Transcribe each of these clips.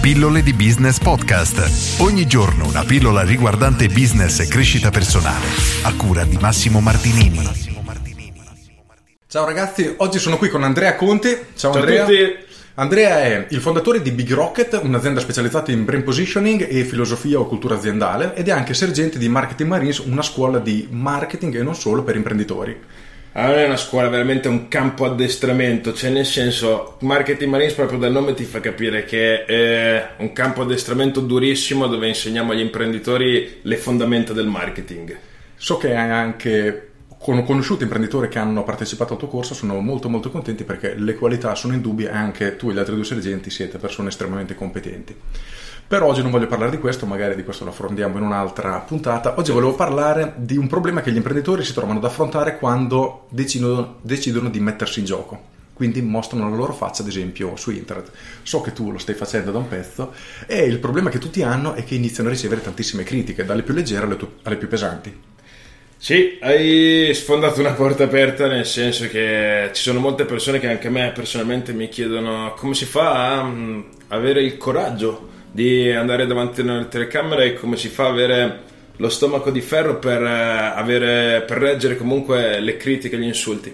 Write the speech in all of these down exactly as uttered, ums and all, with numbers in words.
Pillole di Business Podcast. Ogni giorno una pillola riguardante business e crescita personale. A cura di Massimo Martinini. Ciao ragazzi, oggi sono qui con Andrea Conti. Ciao, Ciao Andrea. a tutti. Andrea è il fondatore di Big Rocket, un'azienda specializzata in brand positioning e filosofia o cultura aziendale, ed è anche sergente di Marketing Marines, una scuola di marketing e non solo per imprenditori. Allora è una scuola, veramente un campo addestramento, cioè nel senso, Marketing Marines proprio dal nome ti fa capire che è un campo addestramento durissimo dove insegniamo agli imprenditori le fondamenta del marketing. So che hai anche conosciuto imprenditori che hanno partecipato al tuo corso, sono molto molto contenti perché le qualità sono indubbie e anche tu e gli altri due sergenti siete persone estremamente competenti. Per oggi non voglio parlare di questo, magari di questo lo affrontiamo in un'altra puntata. Oggi volevo parlare di un problema che gli imprenditori si trovano ad affrontare quando decidono, decidono di mettersi in gioco. Quindi mostrano la loro faccia, ad esempio, su internet. So che tu lo stai facendo da un pezzo e il problema che tutti hanno è che iniziano a ricevere tantissime critiche, dalle più leggere alle, tu- alle più pesanti. Sì, hai sfondato una porta aperta, nel senso che ci sono molte persone che anche a me personalmente mi chiedono come si fa a um, avere il coraggio di andare davanti alla telecamera e come si fa a avere lo stomaco di ferro per, uh, avere, per reggere comunque le critiche e gli insulti.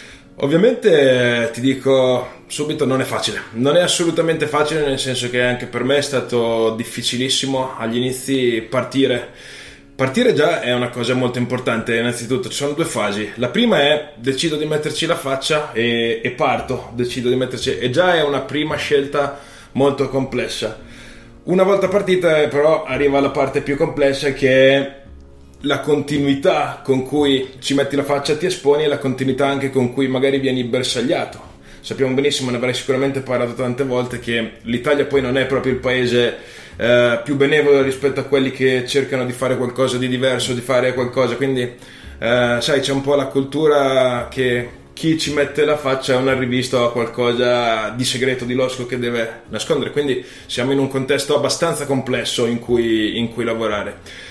Ovviamente ti dico subito, non è facile, non è assolutamente facile, nel senso che anche per me è stato difficilissimo agli inizi partire. Partire già è una cosa molto importante. Innanzitutto ci sono due fasi. La prima è decido di metterci la faccia e, e parto, decido di metterci, e già è una prima scelta molto complessa. Una volta partita però arriva la parte più complessa, che è la continuità con cui ci metti la faccia, ti esponi, e la continuità anche con cui magari vieni bersagliato. Sappiamo benissimo, ne avrei sicuramente parlato tante volte, che l'Italia poi non è proprio il paese eh, più benevolo rispetto a quelli che cercano di fare qualcosa di diverso, di fare qualcosa, quindi eh, sai, c'è un po' la cultura che chi ci mette la faccia è un arrivisto a qualcosa di segreto, di losco che deve nascondere, quindi siamo in un contesto abbastanza complesso in cui, in cui lavorare.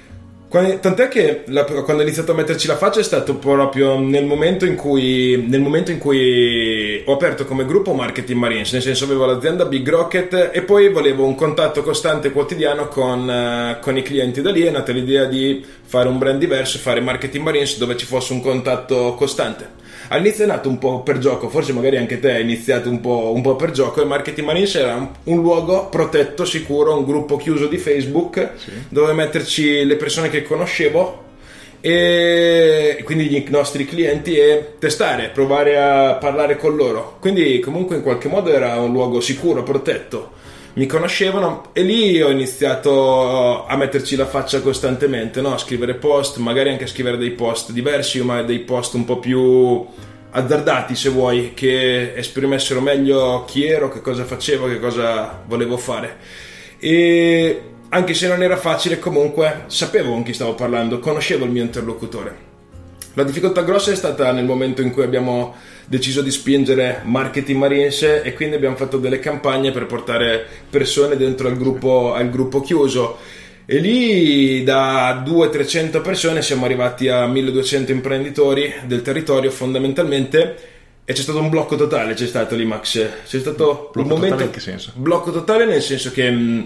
Tant'è che la, quando ho iniziato a metterci la faccia è stato proprio nel momento in cui nel momento in cui ho aperto come gruppo Marketing Marines, nel senso avevo l'azienda Big Rocket e poi volevo un contatto costante quotidiano con, uh, con i clienti. Da lì è nata l'idea di fare un brand diverso, fare Marketing Marines dove ci fosse un contatto costante. All'inizio è nato un po' per gioco, forse magari anche te hai iniziato un po', un po' per gioco, e Marketing Marines era un, un luogo protetto, sicuro, un gruppo chiuso di Facebook, sì, dove metterci le persone che conoscevo e quindi i nostri clienti e testare, provare a parlare con loro. Quindi comunque in qualche modo era un luogo sicuro, protetto. Mi conoscevano e lì ho iniziato a metterci la faccia costantemente, no? A scrivere post, magari anche a scrivere dei post diversi, ma dei post un po' più azzardati, se vuoi, che esprimessero meglio chi ero, che cosa facevo, che cosa volevo fare. E anche se non era facile, comunque sapevo con chi stavo parlando, conoscevo il mio interlocutore. La difficoltà grossa è stata nel momento in cui abbiamo deciso di spingere Marketing Marines e quindi abbiamo fatto delle campagne per portare persone dentro al gruppo, al gruppo chiuso, e lì da duecento trecento persone siamo arrivati a milleduecento imprenditori del territorio fondamentalmente, e c'è stato un blocco totale. C'è stato lì, Max, c'è stato blocco un momento totale in che senso? Blocco totale nel senso che mh,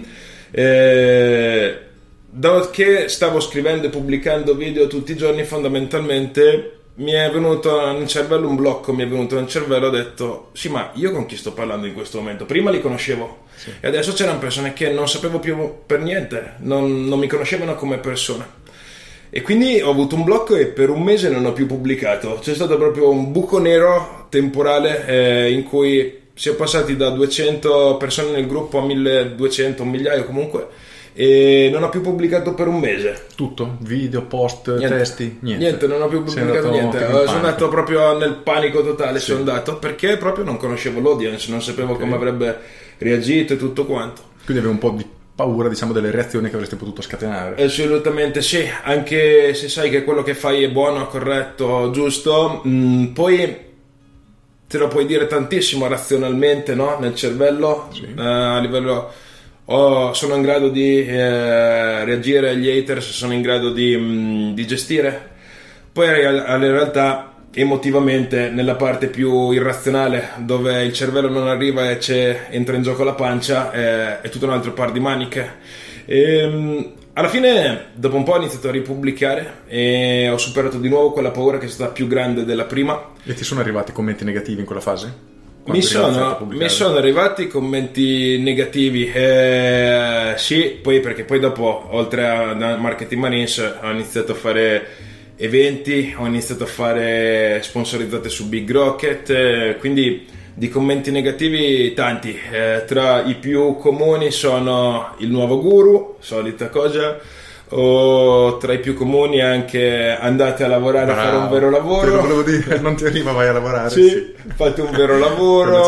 eh, da che stavo scrivendo e pubblicando video tutti i giorni, fondamentalmente mi è venuto nel cervello un blocco, mi è venuto nel cervello, ho detto sì, ma io con chi sto parlando in questo momento? Prima li conoscevo, sì, e adesso c'erano persone che non sapevo più per niente, non, non mi conoscevano come persona, e quindi ho avuto un blocco e per un mese non ho più pubblicato. C'è stato proprio un buco nero temporale eh, in cui si è passati da duecento persone nel gruppo a milleduecento, un migliaio comunque, e non ho più pubblicato per un mese. Tutto? Video, post, niente, testi? Niente. Niente, non ho più pubblicato niente. Sono andato proprio nel panico totale, sì, sono andato, perché proprio non conoscevo l'audience, non sapevo okay. come avrebbe reagito e tutto quanto. Quindi avevo un po' di paura, diciamo, delle reazioni che avresti potuto scatenare. Assolutamente sì, anche se sai che quello che fai è buono, corretto, giusto, mh, poi te lo puoi dire tantissimo razionalmente, no? Nel cervello, sì, uh, a livello oh, sono in grado di eh, reagire agli haters, sono in grado di, mh, di gestire. Poi in realtà emotivamente nella parte più irrazionale, dove il cervello non arriva e c'è, entra in gioco la pancia, eh, è tutto un altro par di maniche. E, alla fine, dopo un po' ho iniziato a ripubblicare e ho superato di nuovo quella paura che è stata più grande della prima. E ti sono arrivati commenti negativi in quella fase? Mi sono, mi sono arrivati commenti negativi, eh, sì, poi perché poi dopo, oltre a Marketing Marines, ho iniziato a fare eventi, ho iniziato a fare sponsorizzate su Big Rocket, eh, quindi di commenti negativi tanti, eh, tra i più comuni sono il nuovo guru, solita cosa, o tra i più comuni anche andate a lavorare. Bravo, a fare un vero lavoro. Te lo volevo dire, non ti arriva, vai a lavorare. Sì, sì. Fate un vero lavoro.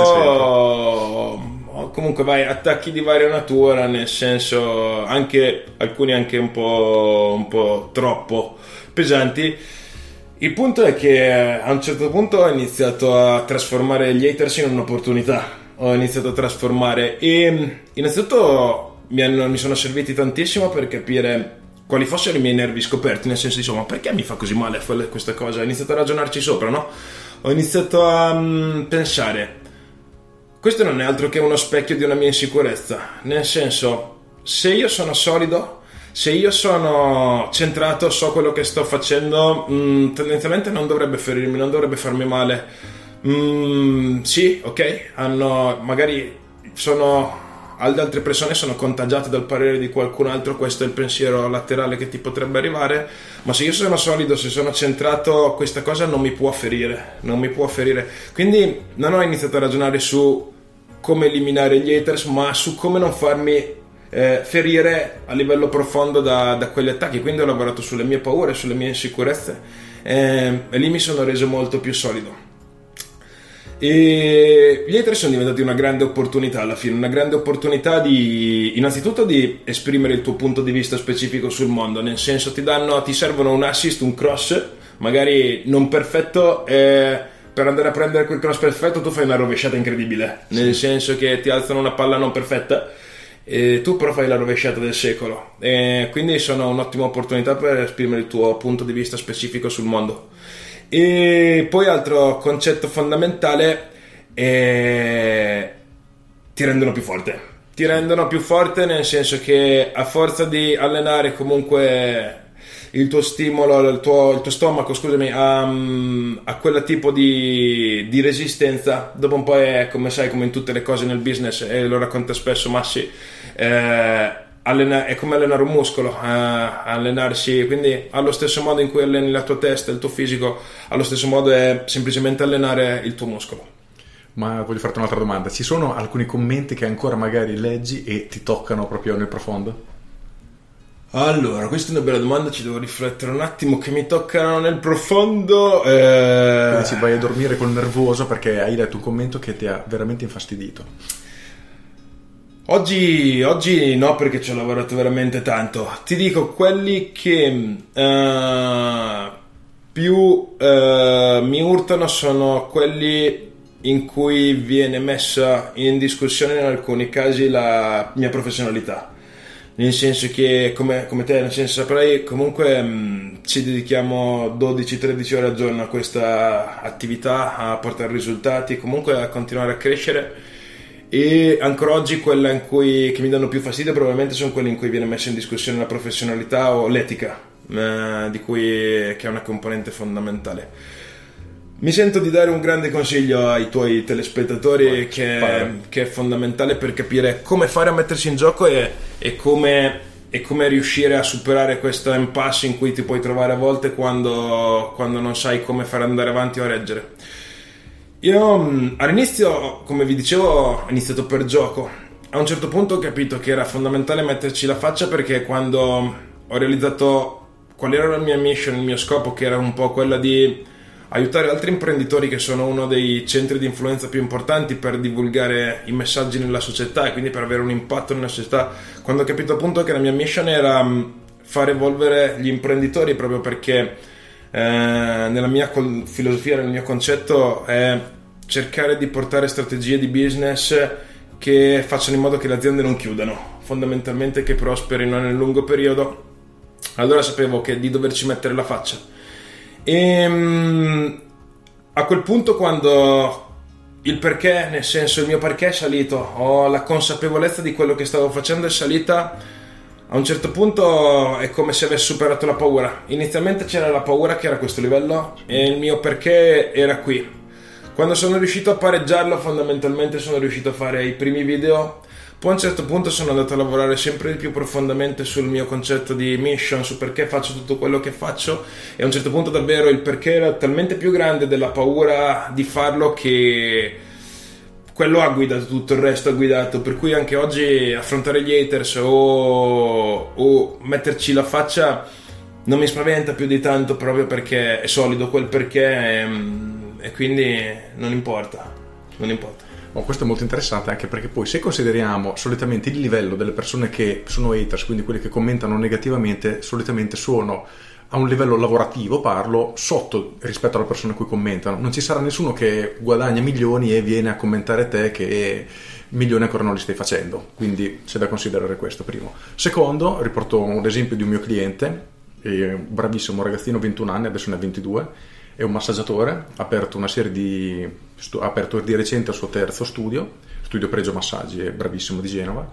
O comunque vai, attacchi di varia natura, nel senso anche alcuni anche un po', un po' troppo pesanti. Il punto è che a un certo punto ho iniziato a trasformare gli haters in un'opportunità. Ho iniziato a trasformare e innanzitutto mi, hanno, mi sono serviti tantissimo per capire quali fossero i miei nervi scoperti, nel senso di insomma, perché mi fa così male questa cosa? Ho iniziato a ragionarci sopra, no? Ho iniziato a um, pensare, questo non è altro che uno specchio di una mia insicurezza, nel senso, se io sono solido, se io sono centrato, so quello che sto facendo, mh, tendenzialmente non dovrebbe ferirmi, non dovrebbe farmi male. Mm, sì, ok, hanno, magari sono... altre persone sono contagiate dal parere di qualcun altro, questo è il pensiero laterale che ti potrebbe arrivare, ma se io sono solido, se sono centrato, questa cosa non mi può ferire, non mi può ferire. Quindi non ho iniziato a ragionare su come eliminare gli haters, ma su come non farmi eh, ferire a livello profondo da, da quegli attacchi. Quindi ho lavorato sulle mie paure, sulle mie insicurezze, eh, e lì mi sono reso molto più solido. E gli haters sono diventati una grande opportunità alla fine, una grande opportunità di innanzitutto di esprimere il tuo punto di vista specifico sul mondo, nel senso ti danno, ti servono un assist, un cross magari non perfetto, e per andare a prendere quel cross perfetto tu fai una rovesciata incredibile, nel senso che ti alzano una palla non perfetta e tu però fai la rovesciata del secolo, e quindi sono un'ottima opportunità per esprimere il tuo punto di vista specifico sul mondo. E poi altro concetto fondamentale è... ti rendono più forte ti rendono più forte nel senso che a forza di allenare comunque il tuo stimolo, il tuo, il tuo stomaco, scusami, a, a quel tipo di, di resistenza, dopo un po' è come sai, come in tutte le cose nel business, e lo racconta spesso Massi, eh, Allena- è come allenare un muscolo, uh, allenarsi, quindi allo stesso modo in cui alleni la tua testa, il tuo fisico, allo stesso modo è semplicemente allenare il tuo muscolo. Ma voglio farti un'altra domanda, ci sono alcuni commenti che ancora magari leggi e ti toccano proprio nel profondo? Allora, questa è una bella domanda, ci devo riflettere un attimo, che mi toccano nel profondo. eh... Quindi ci vai a dormire col nervoso perché hai letto un commento che ti ha veramente infastidito. Oggi, oggi no, perché ci ho lavorato veramente tanto. Ti dico, quelli che uh, più uh, mi urtano sono quelli in cui viene messa in discussione in alcuni casi la mia professionalità. Nel senso che, come, come te, nel senso saprai, comunque mh, ci dedichiamo dodici tredici ore al giorno a questa attività, a portare risultati, comunque a continuare a crescere. E ancora oggi quella in cui che mi danno più fastidio probabilmente sono quelle in cui viene messa in discussione la professionalità o l'etica, eh, di cui che è una componente fondamentale. Mi sento di dare un grande consiglio ai tuoi telespettatori, oh, che, che è fondamentale per capire come fare a mettersi in gioco e, e come e come riuscire a superare questo impasse in cui ti puoi trovare a volte quando, quando non sai come fare andare avanti o reggere. Io all'inizio, come vi dicevo, ho iniziato per gioco. A un certo punto ho capito che era fondamentale metterci la faccia, perché quando ho realizzato qual era la mia mission, il mio scopo, che era un po' quella di aiutare altri imprenditori, che sono uno dei centri di influenza più importanti per divulgare i messaggi nella società e quindi per avere un impatto nella società, quando ho capito appunto che la mia mission era far evolvere gli imprenditori, proprio perché Eh, nella mia col- filosofia, nel mio concetto è cercare di portare strategie di business che facciano in modo che le aziende non chiudano, fondamentalmente che prosperino nel lungo periodo. Allora sapevo che di doverci mettere la faccia e, mh, a quel punto, quando il perché, nel senso il mio perché è salito, ho la consapevolezza di quello che stavo facendo è salita, a un certo punto è come se avessi superato la paura. Inizialmente c'era la paura che era a questo livello e il mio perché era qui. Quando sono riuscito a pareggiarlo, fondamentalmente sono riuscito a fare i primi video. Poi a un certo punto sono andato a lavorare sempre di più profondamente sul mio concetto di mission, su perché faccio tutto quello che faccio, e a un certo punto davvero il perché era talmente più grande della paura di farlo che quello ha guidato tutto, il resto ha guidato, per cui anche oggi affrontare gli haters o, o metterci la faccia non mi spaventa più di tanto, proprio perché è solido quel perché e, e quindi non importa, non importa. Oh, questo è molto interessante, anche perché poi se consideriamo solitamente il livello delle persone che sono haters, quindi quelli che commentano negativamente, solitamente sono a un livello lavorativo, parlo, sotto rispetto alle persone a cui commentano. Non ci sarà nessuno che guadagna milioni e viene a commentare te che milioni ancora non li stai facendo, quindi c'è da considerare questo, primo. Secondo, riporto un esempio di un mio cliente, bravissimo ragazzino, ventuno anni, adesso ne ha ventidue, è un massaggiatore, ha aperto una serie di stu- ha aperto di recente il suo terzo studio, studio Pregio Massaggi, è bravissimo, di Genova,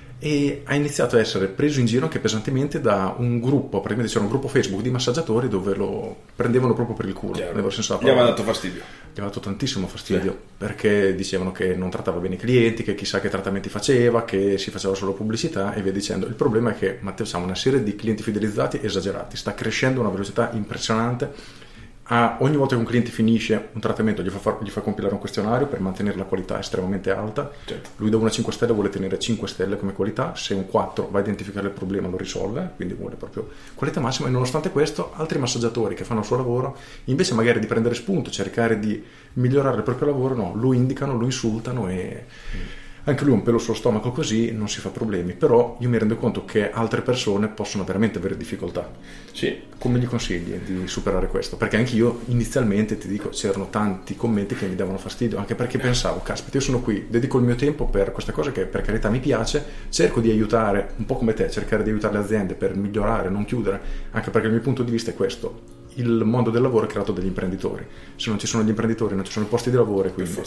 e ha iniziato a essere preso in giro anche pesantemente da un gruppo, praticamente c'era un gruppo Facebook di massaggiatori dove lo prendevano proprio per il culo. Gli aveva dato fastidio. Gli aveva dato tantissimo fastidio, sì. Perché dicevano che non trattava bene i clienti, che chissà che trattamenti faceva, che si faceva solo pubblicità e via dicendo. Il problema è che Matteo ha una serie di clienti fidelizzati esagerati, sta crescendo a una velocità impressionante. Ah, ogni volta che un cliente finisce un trattamento gli fa, far, gli fa compilare un questionario per mantenere la qualità estremamente alta, certo. Lui da una cinque stelle vuole tenere cinque stelle come qualità, se un quattro va a identificare il problema lo risolve, quindi vuole proprio qualità massima. E nonostante questo altri massaggiatori che fanno il suo lavoro, invece magari di prendere spunto, cercare di migliorare il proprio lavoro, no, lo indicano, lo insultano e... Mm. Anche lui un pelo sullo stomaco, così non si fa problemi, però io mi rendo conto che altre persone possono veramente avere difficoltà. Sì. Come gli consigli di superare questo? Perché anche io inizialmente, ti dico, c'erano tanti commenti che mi davano fastidio, anche perché pensavo, caspita, io sono qui, dedico il mio tempo per questa cosa che per carità mi piace, cerco di aiutare, un po' come te, cercare di aiutare le aziende per migliorare, non chiudere, anche perché il mio punto di vista è questo: il mondo del lavoro è creato dagli imprenditori, se non ci sono gli imprenditori non ci sono i posti di lavoro, e quindi...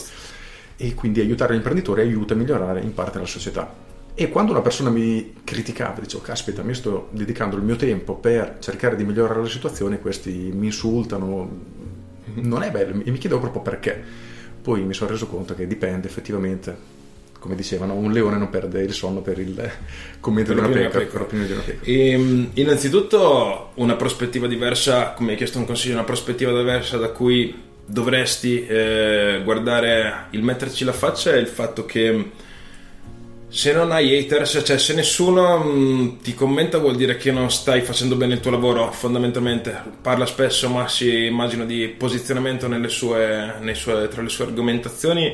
e quindi aiutare gli imprenditori aiuta a migliorare in parte la società. E quando una persona mi criticava, dicevo, caspita, mi sto dedicando il mio tempo per cercare di migliorare la situazione, questi mi insultano, non è bello, e mi chiedevo proprio perché. Poi mi sono reso conto che dipende effettivamente, come dicevano, un leone non perde il sonno per il commento di una pecora, per l'opinione di una pecora. E, innanzitutto una prospettiva diversa, come hai chiesto un consiglio, una prospettiva diversa da cui dovresti eh, guardare, il metterci la faccia, è il fatto che se non hai haters, cioè se nessuno mh, ti commenta, vuol dire che non stai facendo bene il tuo lavoro. Fondamentalmente parla spesso, ma si immagino di posizionamento nelle sue, nei sue, tra le sue argomentazioni,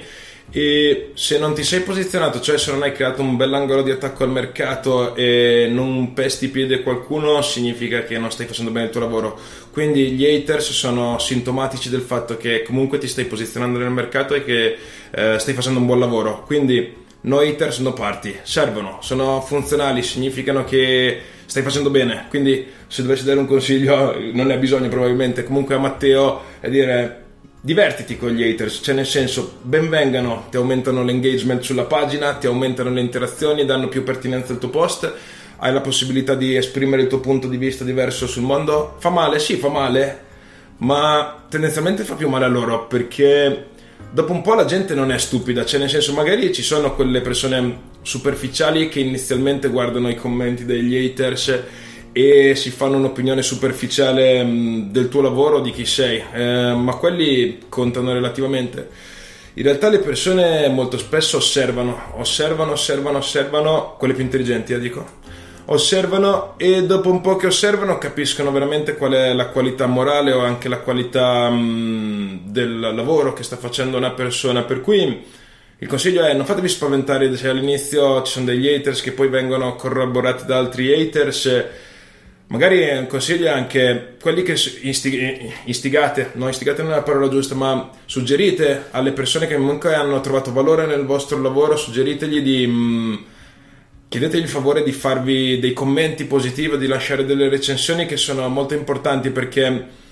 e se non ti sei posizionato, cioè se non hai creato un bell'angolo di attacco al mercato e non pesti piede a qualcuno, significa che non stai facendo bene il tuo lavoro. Quindi gli haters sono sintomatici del fatto che comunque ti stai posizionando nel mercato e che eh, stai facendo un buon lavoro. Quindi no haters, no party, servono, sono funzionali, significano che stai facendo bene. Quindi se dovessi dare un consiglio, non ne ha bisogno probabilmente, comunque a Matteo, è dire: divertiti con gli haters, cioè nel senso, benvengano, ti aumentano l'engagement sulla pagina, ti aumentano le interazioni, danno più pertinenza al tuo post, hai la possibilità di esprimere il tuo punto di vista diverso sul mondo. Fa male? Sì, fa male, ma tendenzialmente fa più male a loro, perché dopo un po' la gente non è stupida, cioè nel senso, magari ci sono quelle persone superficiali che inizialmente guardano i commenti degli haters e si fanno un'opinione superficiale mh, del tuo lavoro, di chi sei, eh, ma quelli contano relativamente. In realtà le persone molto spesso osservano, osservano, osservano, osservano, quelle più intelligenti, io dico, osservano, e dopo un po' che osservano capiscono veramente qual è la qualità morale o anche la qualità mh, del lavoro che sta facendo una persona. Per cui il consiglio è: non fatevi spaventare, cioè all'inizio ci sono degli haters che poi vengono corroborati da altri haters. Magari un consiglio è anche quelli che istig- istigate, non istigate non è la parola giusta, ma suggerite alle persone che comunque hanno trovato valore nel vostro lavoro, suggeritegli di mh, chiedetegli il favore di farvi dei commenti positivi, di lasciare delle recensioni, che sono molto importanti, perché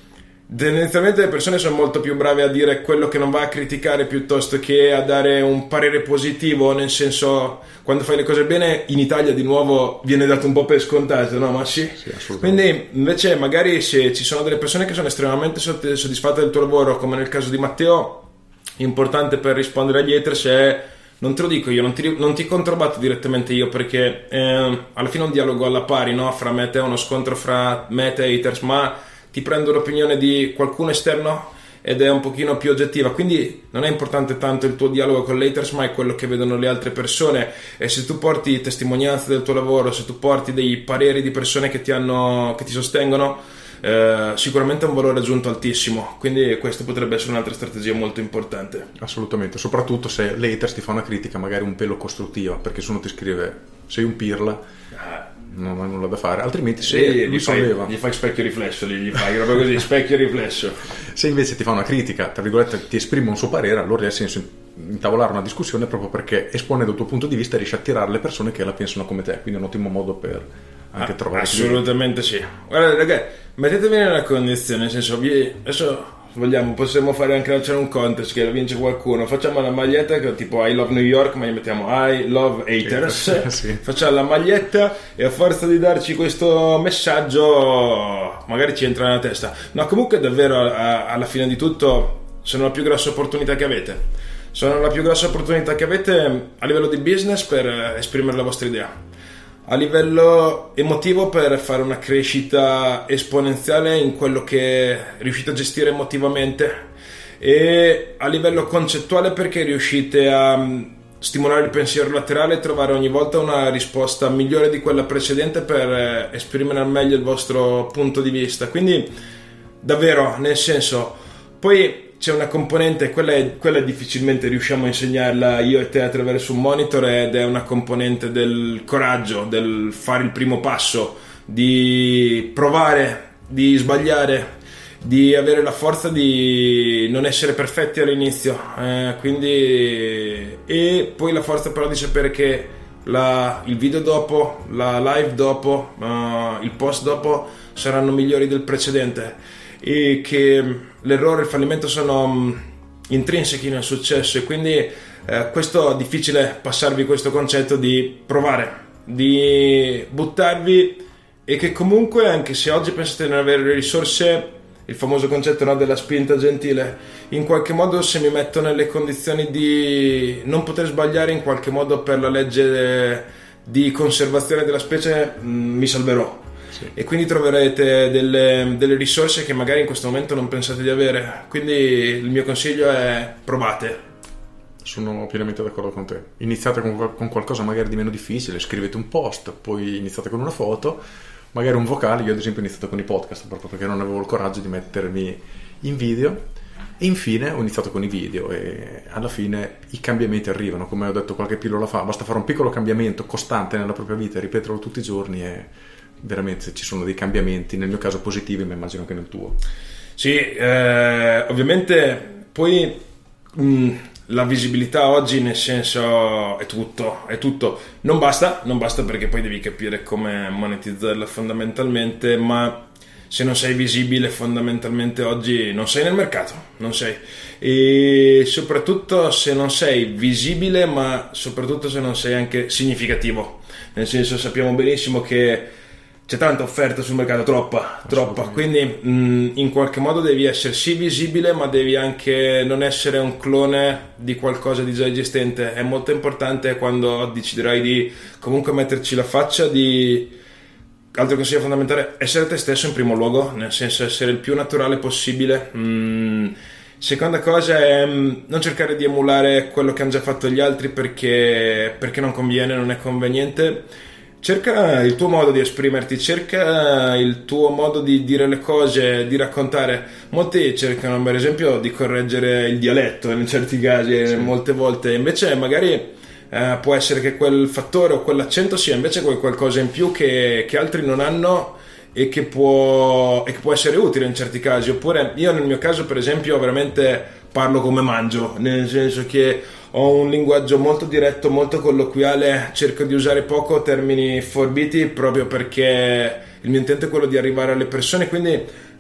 tendenzialmente le persone sono molto più brave a dire quello che non va, a criticare piuttosto che a dare un parere positivo, nel senso, quando fai le cose bene in Italia di nuovo viene dato un po' per scontato, no? Ma sì, sì, quindi invece magari se ci sono delle persone che sono estremamente soddisfatte del tuo lavoro, come nel caso di Matteo, importante per rispondere agli haters è: non te lo dico io, non ti, non ti controbatto direttamente io, perché eh, alla fine è un dialogo alla pari, no? Fra me e te, uno scontro fra me e te haters, ma ti prendo l'opinione di qualcuno esterno ed è un pochino più oggettiva, quindi non è importante tanto il tuo dialogo con l'haters, ma è quello che vedono le altre persone. E se tu porti testimonianze del tuo lavoro, se tu porti dei pareri di persone che ti hanno, che ti sostengono, eh, sicuramente è un valore aggiunto altissimo, quindi questo potrebbe essere un'altra strategia molto importante. Assolutamente, soprattutto se l'haters ti fa una critica magari un pelo costruttiva, perché se uno ti scrive sei un pirla, ah. non ha nulla da fare, altrimenti se sì, lui gli, solleva, fai, gli fai specchio riflesso, gli, gli fai proprio così, specchio riflesso. Se invece ti fa una critica, tra virgolette, ti esprime un suo parere, allora ha senso intavolare una discussione, proprio perché espone dal tuo punto di vista e riesci a attirare le persone che la pensano come te, quindi è un ottimo modo per anche ah, trovare assolutamente clienti. Sì. Guarda ragazzi, mettetevi nella condizione, nel senso, vi, adesso vogliamo, possiamo fare anche c'è un contest che la vince qualcuno, facciamo una maglietta che tipo I love New York, ma gli mettiamo I love haters, sì. Facciamo la maglietta e a forza di darci questo messaggio magari ci entra nella testa. No, comunque davvero a, alla fine di tutto sono la più grossa opportunità che avete, sono la più grossa opportunità che avete a livello di business per esprimere la vostra idea, a livello emotivo per fare una crescita esponenziale in quello che riuscite a gestire emotivamente, e a livello concettuale perché riuscite a stimolare il pensiero laterale e trovare ogni volta una risposta migliore di quella precedente per esprimere al meglio il vostro punto di vista. Quindi davvero, nel senso, poi c'è una componente, quella, è, quella difficilmente riusciamo a insegnarla io e te attraverso un monitor, ed è una componente del coraggio, del fare il primo passo, di provare, di sbagliare, di avere la forza di non essere perfetti all'inizio, eh, quindi, e poi la forza però di sapere che la, il video dopo, la live dopo, uh, il post dopo saranno migliori del precedente, e che l'errore e il fallimento sono intrinseci nel successo, e quindi eh, questo è difficile passarvi questo concetto di provare, di buttarvi, e che comunque anche se oggi pensate di non avere le risorse, il famoso concetto, no, della spinta gentile, in qualche modo se mi metto nelle condizioni di non poter sbagliare, in qualche modo per la legge di conservazione della specie mh, mi salverò. Sì. E quindi troverete delle, delle risorse che magari in questo momento non pensate di avere, quindi il mio consiglio è provate. Sono pienamente d'accordo con te. Iniziate con, con qualcosa magari di meno difficile, scrivete un post, poi iniziate con una foto, magari un vocale. Io ad esempio ho iniziato con i podcast proprio perché non avevo il coraggio di mettermi in video, e infine ho iniziato con i video, e alla fine i cambiamenti arrivano, come ho detto qualche pillola fa, basta fare un piccolo cambiamento costante nella propria vita e ripeterlo tutti i giorni, e veramente ci sono dei cambiamenti, nel mio caso positivi, ma immagino anche nel tuo. Sì, eh, ovviamente poi mh, la visibilità oggi, nel senso, è tutto, è tutto. Non basta, non basta perché poi devi capire come monetizzarla fondamentalmente, ma se non sei visibile fondamentalmente oggi non sei nel mercato, non sei. E soprattutto se non sei visibile, ma soprattutto se non sei anche significativo, nel senso, sappiamo benissimo che c'è tanta offerta sul mercato, troppa, troppa, quindi mh, in qualche modo devi essere sì visibile, ma devi anche non essere un clone di qualcosa di già esistente. È molto importante quando deciderai di comunque metterci la faccia, di, altro consiglio fondamentale, essere te stesso in primo luogo, nel senso essere il più naturale possibile. Mh, seconda cosa è mh, non cercare di emulare quello che hanno già fatto gli altri, perché, perché non conviene, non è conveniente. Cerca il tuo modo di esprimerti, cerca il tuo modo di dire le cose, di raccontare. Molti cercano per esempio di correggere il dialetto in certi casi, sì. Molte volte invece magari eh, può essere che quel fattore o quell'accento sia invece qualcosa in più che, che altri non hanno, e che può e che può essere utile in certi casi. Oppure io nel mio caso per esempio veramente parlo come mangio, nel senso che ho un linguaggio molto diretto, molto colloquiale, cerco di usare poco termini forbiti proprio perché il mio intento è quello di arrivare alle persone, quindi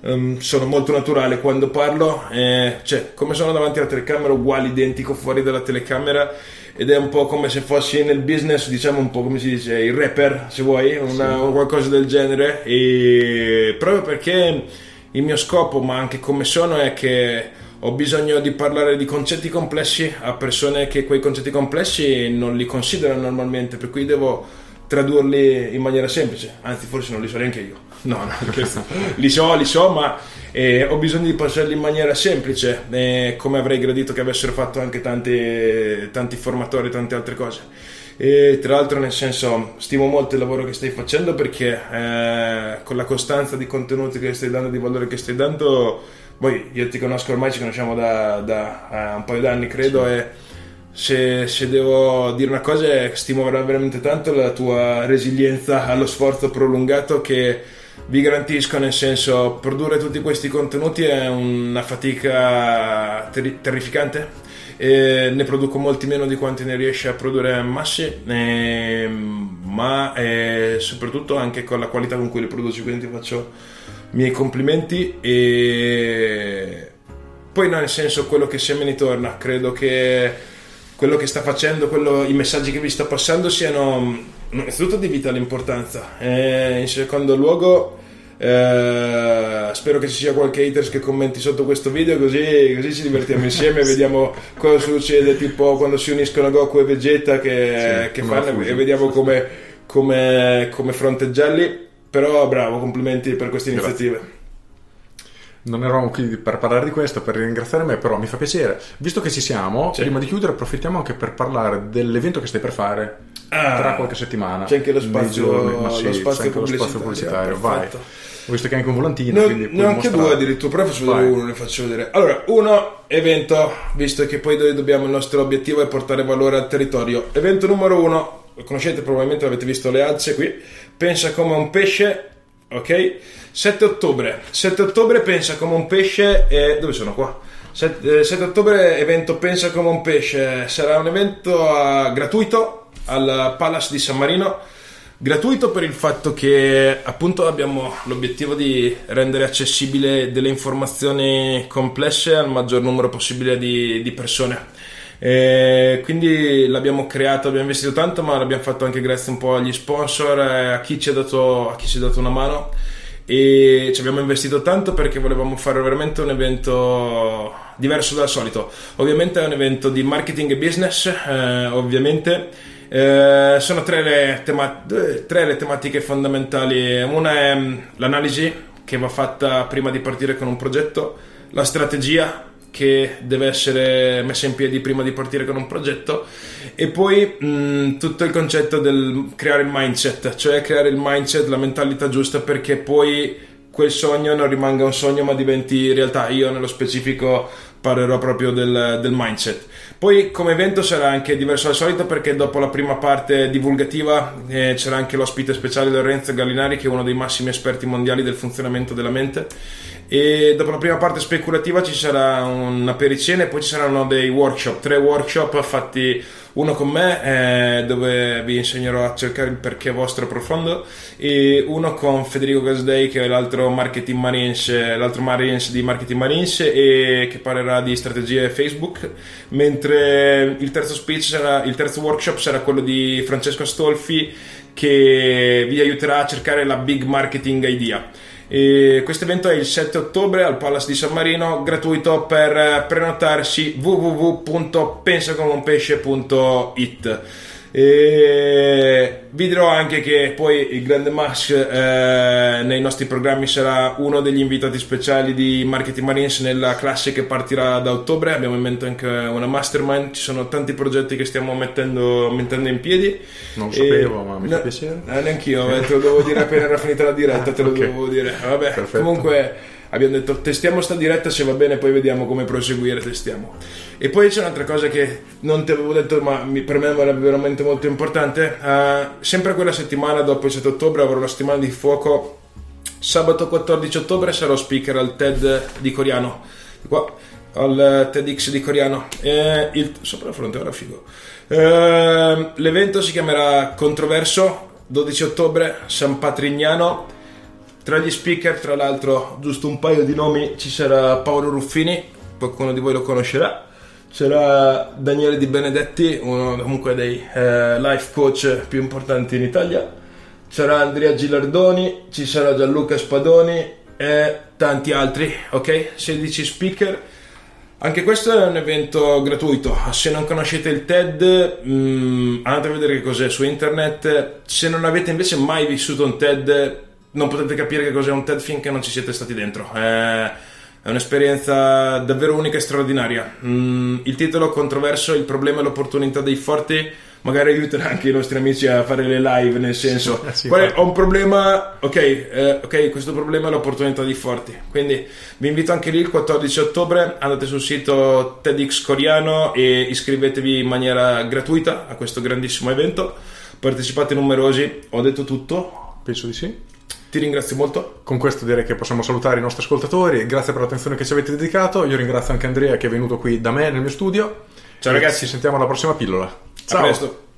um, sono molto naturale quando parlo, eh, cioè come sono davanti alla telecamera uguale, identico fuori dalla telecamera, ed è un po' come se fossi nel business, diciamo un po' come si dice il rapper, se vuoi, una, sì. qualcosa del genere, e proprio perché il mio scopo, ma anche come sono, è che ho bisogno di parlare di concetti complessi a persone che quei concetti complessi non li considerano normalmente, per cui devo tradurli in maniera semplice, anzi forse non li so neanche io, no, no, li so, li so, ma eh, ho bisogno di passarli in maniera semplice, eh, come avrei gradito che avessero fatto anche tanti, tanti formatori, tante altre cose. E tra l'altro, nel senso, stimo molto il lavoro che stai facendo, perché eh, con la costanza di contenuti che stai dando, di valore che stai dando, poi io ti conosco ormai, ci conosciamo da, da uh, un paio d'anni credo, sì. E se, se devo dire una cosa, è stimo veramente tanto la tua resilienza allo sforzo prolungato, che vi garantisco, nel senso, produrre tutti questi contenuti è una fatica ter- terrificante, e ne produco molti meno di quanti ne riesce a produrre Massi, e, ma e soprattutto anche con la qualità con cui le produci, quindi ti faccio miei complimenti. E poi no, nel senso, quello che semini torna, credo che quello che sta facendo, quello, i messaggi che vi sta passando siano innanzitutto di vitale importanza, e in secondo luogo eh, spero che ci sia qualche haters che commenti sotto questo video, così, così ci divertiamo insieme e vediamo cosa succede, tipo quando si uniscono Goku e Vegeta che, sì, che fanno, e vediamo come, come, come fronteggiarli. Però bravo, complimenti per queste iniziative. Grazie. Non eravamo qui per parlare di questo, per ringraziare me, però mi fa piacere. Visto che ci siamo, sì. Prima di chiudere approfittiamo anche per parlare dell'evento che stai per fare ah, tra qualche settimana. C'è anche lo spazio, giorni, ma sì, lo spazio, anche pubblicitario, lo spazio pubblicitario. Vai. Ho visto che anche un volantino, no, quindi ne ho anche due addirittura, però faccio vedere uno, ne faccio vedere. Allora, uno, evento, visto che poi noi dobbiamo, il nostro obiettivo è portare valore al territorio. Evento numero uno, lo conoscete probabilmente, avete visto le alze qui. Pensa come un pesce, ok? sette ottobre, sette ottobre pensa come un pesce, e dove sono qua? sette ottobre, evento Pensa come un pesce, sarà un evento uh, gratuito al Palace di San Marino, gratuito per il fatto che appunto abbiamo l'obiettivo di rendere accessibile delle informazioni complesse al maggior numero possibile di, di persone. E quindi l'abbiamo creato, abbiamo investito tanto, ma l'abbiamo fatto anche grazie un po' agli sponsor, a chi ci ha dato, a chi ci ha dato una mano, e ci abbiamo investito tanto perché volevamo fare veramente un evento diverso dal solito. Ovviamente è un evento di marketing e business, eh, ovviamente eh, sono tre le, tema- tre le tematiche fondamentali. Una è l'analisi che va fatta prima di partire con un progetto, la strategia che deve essere messa in piedi prima di partire con un progetto, e poi mh, tutto il concetto del creare il mindset, cioè creare il mindset, la mentalità giusta, perché poi quel sogno non rimanga un sogno ma diventi realtà. Io nello specifico parlerò proprio del, del mindset. Poi come evento sarà anche diverso dal solito, perché dopo la prima parte divulgativa eh, c'era anche l'ospite speciale Lorenzo Gallinari, che è uno dei massimi esperti mondiali del funzionamento della mente, e dopo la prima parte speculativa ci sarà una pericena, e poi ci saranno dei workshop, tre workshop fatti, uno con me eh, dove vi insegnerò a cercare il perché vostro profondo, e uno con Federico Gasdei, che è l'altro marketing marines, l'altro marines di marketing marines, e che parlerà di strategie Facebook, mentre il terzo speech sarà, il terzo workshop sarà quello di Francesco Astolfi, che vi aiuterà a cercare la big marketing idea. E questo evento è il sette ottobre al Palace di San Marino, gratuito. Per prenotarsi w w w punto pensa come un pesce punto it. E vi dirò anche che poi il grande Max eh, nei nostri programmi sarà uno degli invitati speciali di Marketing Marines nella classe che partirà da ottobre. Abbiamo in mente anche una mastermind, ci sono tanti progetti che stiamo mettendo, mettendo in piedi. Non lo sapevo, ma mi no, fa piacere. Eh, neanch'io, eh, te lo devo dire appena era finita la diretta, te lo okay. dovevo dire. Vabbè, perfetto. Comunque abbiamo detto testiamo sta diretta, se va bene poi vediamo come proseguire, testiamo. E poi c'è un'altra cosa che non ti avevo detto, ma per me era veramente molto importante. Uh, sempre quella settimana dopo il sette ottobre avrò una settimana di fuoco. Sabato quattordici ottobre sarò speaker al TED di Coriano, qua al TEDx di Coriano, e il, sopra la fronte, ora figo. Uh, l'evento si chiamerà Controverso, dodici ottobre, San Patrignano. Tra gli speaker, tra l'altro, giusto un paio di nomi, ci sarà Paolo Ruffini, qualcuno di voi lo conoscerà, c'era Daniele Di Benedetti, uno comunque dei eh, life coach più importanti in Italia, c'era Andrea Gilardoni, ci sarà Gianluca Spadoni e tanti altri, ok? sedici speaker. Anche questo è un evento gratuito. Se non conoscete il TED, mh, andate a vedere che cos'è su internet. Se non avete invece mai vissuto un TED, non potete capire che cos'è un TED finché non ci siete stati dentro. È, è un'esperienza davvero unica e straordinaria. Mm, il titolo controverso, il problema e l'opportunità dei forti, magari aiuterà anche i nostri amici a fare le live, nel senso, sì, qual è, ho un problema, ok, eh, ok, questo problema è l'opportunità dei forti. Quindi vi invito anche lì il quattordici ottobre, andate sul sito TEDx Coriano e iscrivetevi in maniera gratuita a questo grandissimo evento. Partecipate numerosi. Ho detto tutto? Penso di sì. Ti ringrazio molto. Con questo direi che possiamo salutare i nostri ascoltatori. Grazie per l'attenzione che ci avete dedicato. Io ringrazio anche Andrea che è venuto qui da me nel mio studio. Ciao ragazzi, ci sentiamo alla prossima pillola. Ciao. A presto.